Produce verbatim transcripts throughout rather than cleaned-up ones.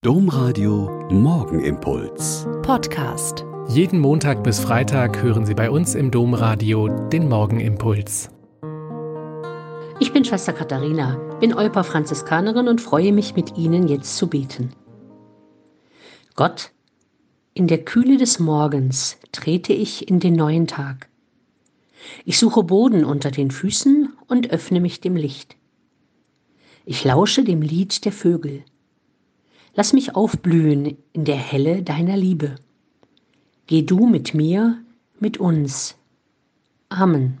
Domradio Morgenimpuls. Podcast. Jeden Montag bis Freitag hören Sie bei uns im Domradio den Morgenimpuls. Ich bin Schwester Katharina, bin Olper Franziskanerin und freue mich, mit Ihnen jetzt zu beten. Gott, in der Kühle des Morgens trete ich in den neuen Tag. Ich suche Boden unter den Füßen und öffne mich dem Licht. Ich lausche dem Lied der Vögel. Lass mich aufblühen in der Helle deiner Liebe. Geh du mit mir, mit uns. Amen.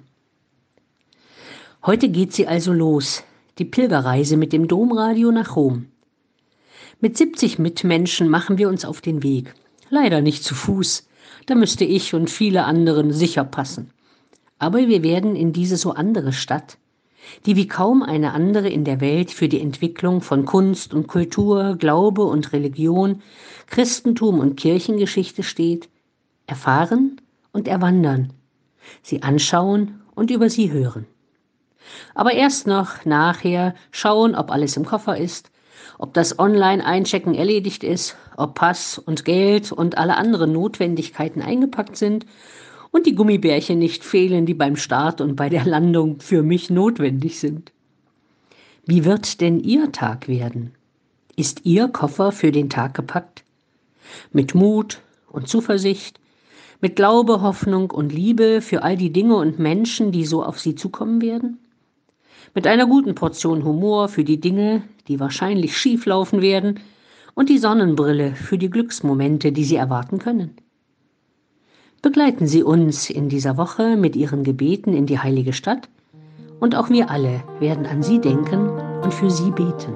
Heute geht sie also los, die Pilgerreise mit dem Domradio nach Rom. Mit siebzig Mitmenschen machen wir uns auf den Weg. Leider nicht zu Fuß, da müsste ich und viele andere sicher passen. Aber wir werden in diese so andere Stadt, die wie kaum eine andere in der Welt für die Entwicklung von Kunst und Kultur, Glaube und Religion, Christentum und Kirchengeschichte steht, erfahren und erwandern, sie anschauen und über sie hören. Aber erst noch nachher schauen, ob alles im Koffer ist, ob das Online-Einchecken erledigt ist, ob Pass und Geld und alle anderen Notwendigkeiten eingepackt sind und die Gummibärchen nicht fehlen, die beim Start und bei der Landung für mich notwendig sind. Wie wird denn Ihr Tag werden? Ist Ihr Koffer für den Tag gepackt? Mit Mut und Zuversicht, mit Glaube, Hoffnung und Liebe für all die Dinge und Menschen, die so auf Sie zukommen werden? Mit einer guten Portion Humor für die Dinge, die wahrscheinlich schief laufen werden, und die Sonnenbrille für die Glücksmomente, die Sie erwarten können? Begleiten Sie uns in dieser Woche mit Ihren Gebeten in die heilige Stadt, und auch wir alle werden an Sie denken und für Sie beten.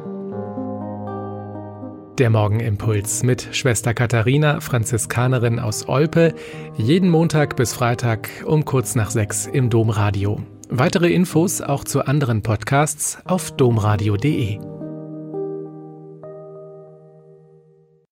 Der Morgenimpuls mit Schwester Katharina, Franziskanerin aus Olpe, jeden Montag bis Freitag um kurz nach sechs im Domradio. Weitere Infos auch zu anderen Podcasts auf domradio punkt de.